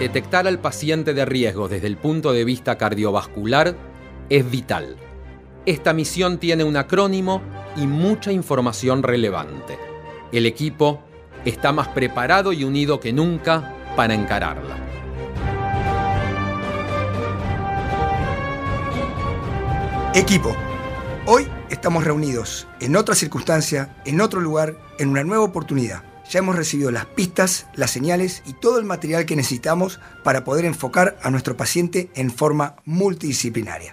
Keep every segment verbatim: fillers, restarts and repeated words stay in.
Detectar al paciente de riesgo desde el punto de vista cardiovascular es vital. Esta misión tiene un acrónimo y mucha información relevante. El equipo está más preparado y unido que nunca para encararla. Equipo, hoy estamos reunidos en otra circunstancia, en otro lugar, en una nueva oportunidad. Ya hemos recibido las pistas, las señales y todo el material que necesitamos para poder enfocar a nuestro paciente en forma multidisciplinaria.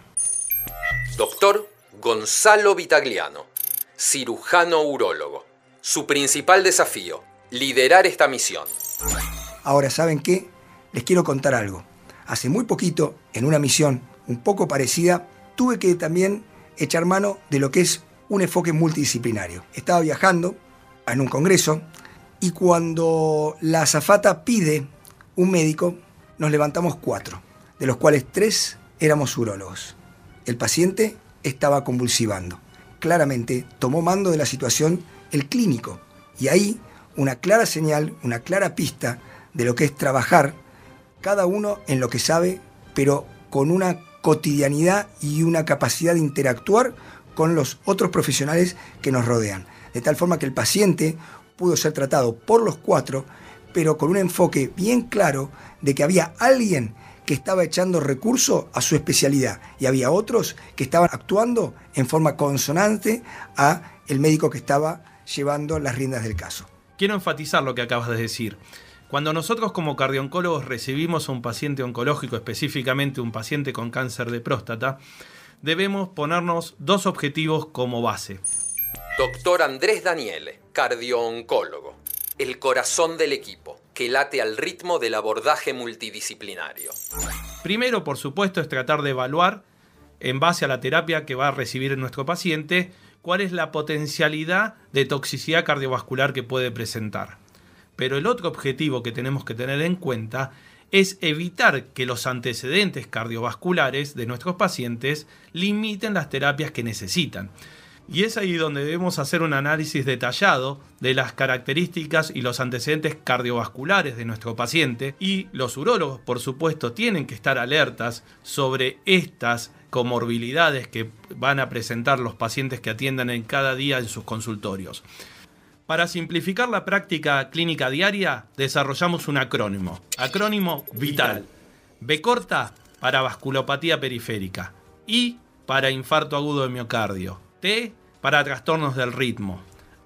Doctor Gonzalo Vitagliano, cirujano urólogo. Su principal desafío, liderar esta misión. Ahora, ¿saben qué? Les quiero contar algo. Hace muy poquito, en una misión un poco parecida, tuve que también echar mano de lo que es un enfoque multidisciplinario. Estaba viajando en un congreso y cuando la azafata pide un médico, nos levantamos cuatro, de los cuales tres éramos urólogos. El paciente estaba convulsivando. Claramente tomó mando de la situación el clínico y ahí una clara señal, una clara pista de lo que es trabajar cada uno en lo que sabe, pero con una cotidianidad y una capacidad de interactuar con los otros profesionales que nos rodean. De tal forma que el paciente pudo ser tratado por los cuatro, pero con un enfoque bien claro de que había alguien que estaba echando recurso a su especialidad y había otros que estaban actuando en forma consonante a el médico que estaba llevando las riendas del caso. Quiero enfatizar lo que acabas de decir. Cuando nosotros como cardiooncólogos recibimos a un paciente oncológico, específicamente un paciente con cáncer de próstata, debemos ponernos dos objetivos como base. Doctor Andrés Daniele, cardiooncólogo, el corazón del equipo, que late al ritmo del abordaje multidisciplinario. Primero, por supuesto, es tratar de evaluar, en base a la terapia que va a recibir nuestro paciente, cuál es la potencialidad de toxicidad cardiovascular que puede presentar. Pero el otro objetivo que tenemos que tener en cuenta es evitar que los antecedentes cardiovasculares de nuestros pacientes limiten las terapias que necesitan. Y es ahí donde debemos hacer un análisis detallado de las características y los antecedentes cardiovasculares de nuestro paciente, y los urólogos, por supuesto, tienen que estar alertas sobre estas comorbilidades que van a presentar los pacientes que atiendan en cada día en sus consultorios. Para simplificar la práctica clínica diaria, desarrollamos un acrónimo. Acrónimo VITAL. B corta para vasculopatía periférica. I para infarto agudo de miocardio. T para trastornos del ritmo.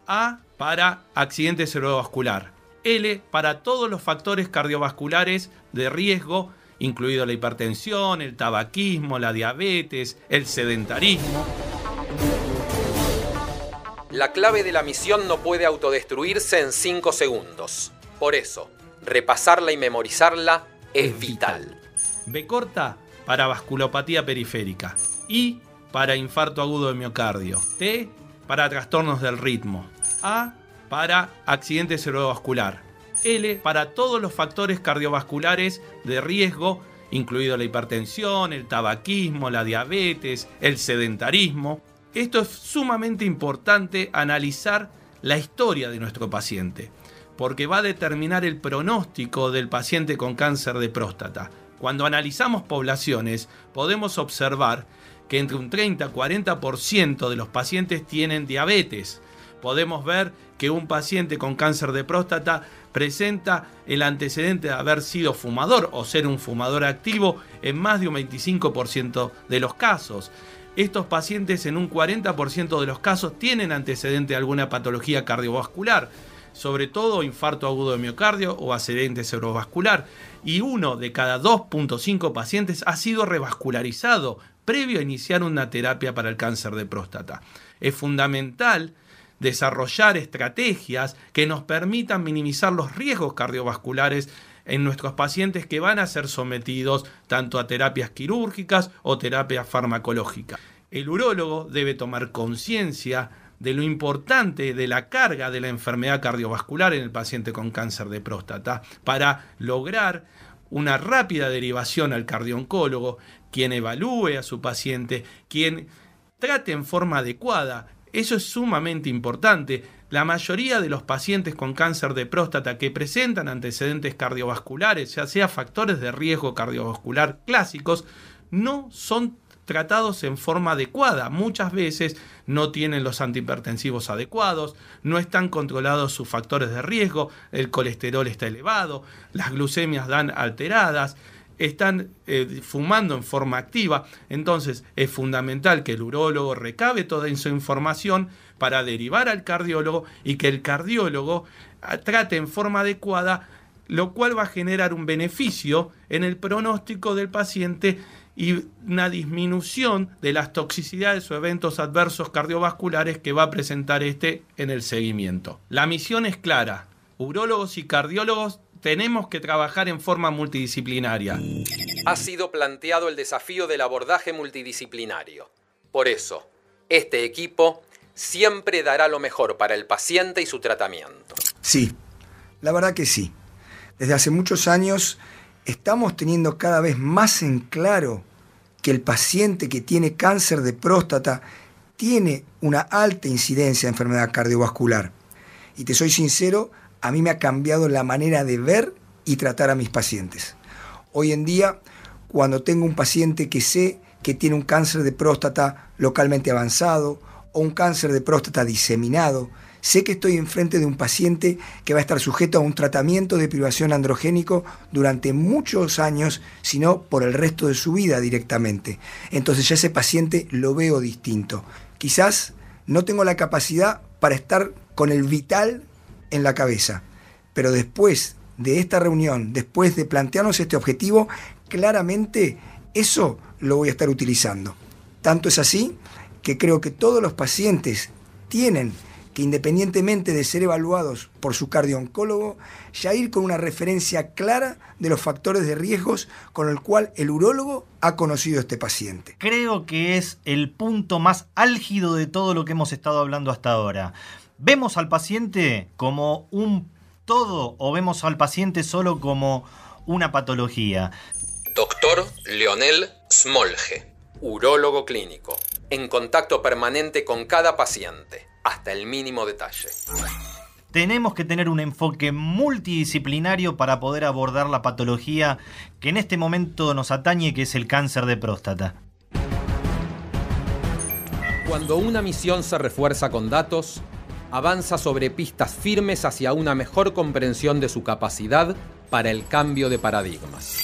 A para accidente cerebrovascular. L para todos los factores cardiovasculares de riesgo, incluido la hipertensión, el tabaquismo, la diabetes, el sedentarismo. La clave de la misión no puede autodestruirse en cinco segundos. Por eso, repasarla y memorizarla es vital. B corta para vasculopatía periférica. I para infarto agudo de miocardio. T para trastornos del ritmo. A para accidente cerebrovascular. L para todos los factores cardiovasculares de riesgo, incluido la hipertensión, el tabaquismo, la diabetes, el sedentarismo. Esto es sumamente importante, analizar la historia de nuestro paciente, porque va a determinar el pronóstico del paciente con cáncer de próstata. Cuando analizamos poblaciones, podemos observar que entre un treinta a cuarenta por ciento de los pacientes tienen diabetes. Podemos ver que un paciente con cáncer de próstata presenta el antecedente de haber sido fumador o ser un fumador activo en más de un veinticinco por ciento de los casos. Estos pacientes en un cuarenta por ciento de los casos tienen antecedente de alguna patología cardiovascular, sobre todo infarto agudo de miocardio o accidente cerebrovascular, y uno de cada dos punto cinco pacientes ha sido revascularizado previo a iniciar una terapia para el cáncer de próstata. Es fundamental desarrollar estrategias que nos permitan minimizar los riesgos cardiovasculares en nuestros pacientes que van a ser sometidos tanto a terapias quirúrgicas o terapias farmacológicas. El urólogo debe tomar conciencia de lo importante de la carga de la enfermedad cardiovascular en el paciente con cáncer de próstata para lograr una rápida derivación al cardiooncólogo, quien evalúe a su paciente, quien trate en forma adecuada Eso es sumamente importante. La mayoría de los pacientes con cáncer de próstata que presentan antecedentes cardiovasculares, ya sea factores de riesgo cardiovascular clásicos, no son tratados en forma adecuada. Muchas veces no tienen los antihipertensivos adecuados, no están controlados sus factores de riesgo, el colesterol está elevado, las glucemias dan alteradas, están eh, fumando en forma activa. Entonces es fundamental que el urólogo recabe toda esa información para derivar al cardiólogo y que el cardiólogo trate en forma adecuada, lo cual va a generar un beneficio en el pronóstico del paciente y una disminución de las toxicidades o eventos adversos cardiovasculares que va a presentar este en el seguimiento. La misión es clara. Urólogos y cardiólogos tenemos que trabajar en forma multidisciplinaria. Ha sido planteado el desafío del abordaje multidisciplinario. Por eso, este equipo siempre dará lo mejor para el paciente y su tratamiento. Sí, la verdad que sí. Desde hace muchos años estamos teniendo cada vez más en claro que el paciente que tiene cáncer de próstata tiene una alta incidencia de enfermedad cardiovascular. Y te soy sincero, a mí me ha cambiado la manera de ver y tratar a mis pacientes. Hoy en día, cuando tengo un paciente que sé que tiene un cáncer de próstata localmente avanzado o un cáncer de próstata diseminado, sé que estoy enfrente de un paciente que va a estar sujeto a un tratamiento de privación androgénico durante muchos años, si no por el resto de su vida directamente. Entonces ya ese paciente lo veo distinto. Quizás no tengo la capacidad para estar con el vital en la cabeza, pero después de esta reunión, después de plantearnos este objetivo, claramente eso lo voy a estar utilizando. Tanto es así que creo que todos los pacientes tienen que, independientemente de ser evaluados por su cardiooncólogo, ya ir con una referencia clara de los factores de riesgos con el cual el urólogo ha conocido a este paciente. Creo que es el punto más álgido de todo lo que hemos estado hablando hasta ahora. ¿Vemos al paciente como un todo o vemos al paciente solo como una patología? Doctor Leonel Smolge, urólogo clínico, en contacto permanente con cada paciente, hasta el mínimo detalle. Tenemos que tener un enfoque multidisciplinario para poder abordar la patología que en este momento nos atañe, que es el cáncer de próstata. Cuando una misión se refuerza con datos, avanza sobre pistas firmes hacia una mejor comprensión de su capacidad para el cambio de paradigmas.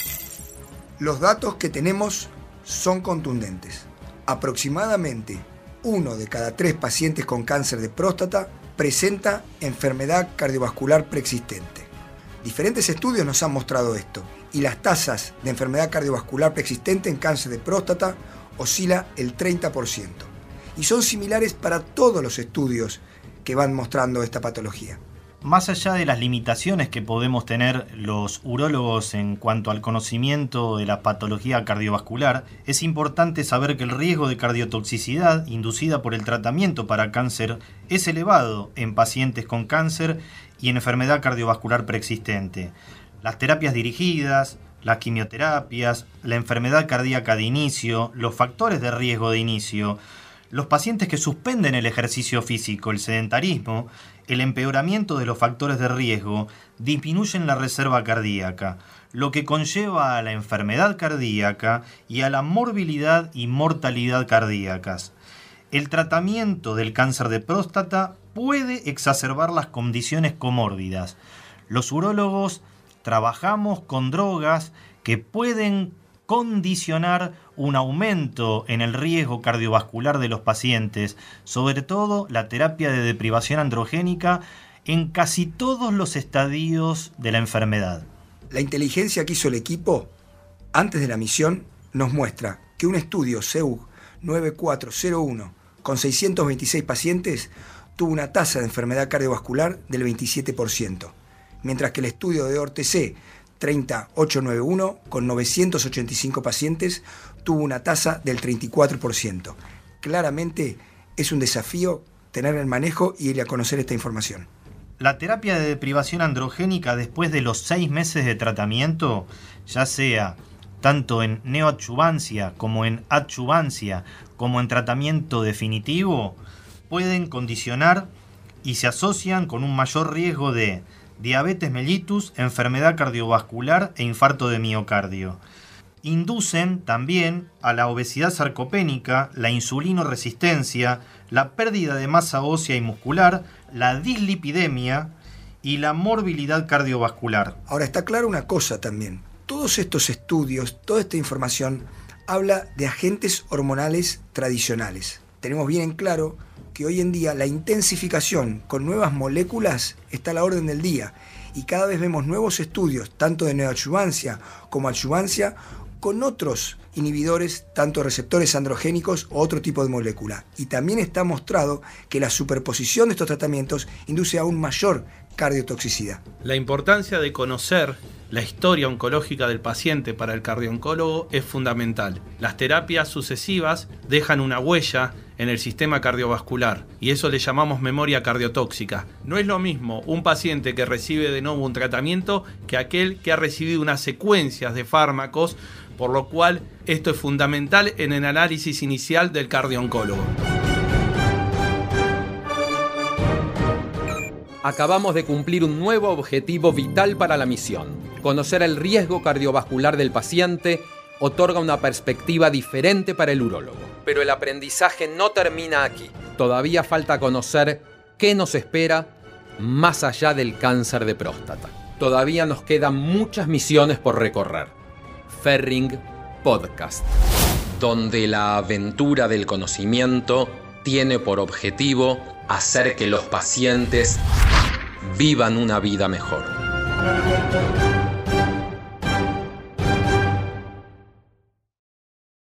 Los datos que tenemos son contundentes. Aproximadamente uno de cada tres pacientes con cáncer de próstata presenta enfermedad cardiovascular preexistente. Diferentes estudios nos han mostrado esto, y las tasas de enfermedad cardiovascular preexistente en cáncer de próstata oscila el treinta por ciento. Y son similares para todos los estudios que van mostrando esta patología. Más allá de las limitaciones que podemos tener los urólogos en cuanto al conocimiento de la patología cardiovascular, es importante saber que el riesgo de cardiotoxicidad inducida por el tratamiento para cáncer es elevado en pacientes con cáncer y en enfermedad cardiovascular preexistente. Las terapias dirigidas, las quimioterapias, la enfermedad cardíaca de inicio, los factores de riesgo de inicio, los pacientes que suspenden el ejercicio físico, el sedentarismo, el empeoramiento de los factores de riesgo disminuyen la reserva cardíaca, lo que conlleva a la enfermedad cardíaca y a la morbilidad y mortalidad cardíacas. El tratamiento del cáncer de próstata puede exacerbar las condiciones comórbidas. Los urólogos trabajamos con drogas que pueden condicionar un aumento en el riesgo cardiovascular de los pacientes, sobre todo la terapia de deprivación androgénica en casi todos los estadios de la enfermedad. La inteligencia que hizo el equipo antes de la misión nos muestra que un estudio C E U G nueve cuatro cero uno con seiscientos veintiséis pacientes tuvo una tasa de enfermedad cardiovascular del veintisiete por ciento, mientras que el estudio de ORTC treinta mil ochocientos noventa y uno con novecientos ochenta y cinco pacientes tuvo una tasa del treinta y cuatro por ciento. Claramente es un desafío tener el manejo y ir a conocer esta información. La terapia de deprivación androgénica después de los seis meses de tratamiento, ya sea tanto en neoadjuvancia como en adjuvancia, como en tratamiento definitivo, pueden condicionar y se asocian con un mayor riesgo de diabetes mellitus, enfermedad cardiovascular e infarto de miocardio. Inducen también a la obesidad sarcopénica, la insulinoresistencia, la pérdida de masa ósea y muscular, la dislipidemia y la morbilidad cardiovascular. Ahora está clara una cosa también. Todos estos estudios, toda esta información habla de agentes hormonales tradicionales. Tenemos bien en claro que hoy en día la intensificación con nuevas moléculas está a la orden del día y cada vez vemos nuevos estudios, tanto de neoadjuvancia como adjuvancia, con otros inhibidores, tanto receptores androgénicos o otro tipo de molécula. Y también está mostrado que la superposición de estos tratamientos induce aún mayor cardiotoxicidad. La importancia de conocer la historia oncológica del paciente para el cardiooncólogo es fundamental. Las terapias sucesivas dejan una huella en el sistema cardiovascular y eso le llamamos memoria cardiotóxica. No es lo mismo un paciente que recibe de nuevo un tratamiento que aquel que ha recibido unas secuencias de fármacos, por lo cual esto es fundamental en el análisis inicial del cardiooncólogo. Acabamos de cumplir un nuevo objetivo vital para la misión. Conocer el riesgo cardiovascular del paciente otorga una perspectiva diferente para el urólogo. Pero el aprendizaje no termina aquí. Todavía falta conocer qué nos espera más allá del cáncer de próstata. Todavía nos quedan muchas misiones por recorrer. Ferring Podcast, donde la aventura del conocimiento tiene por objetivo hacer que los pacientes vivan una vida mejor.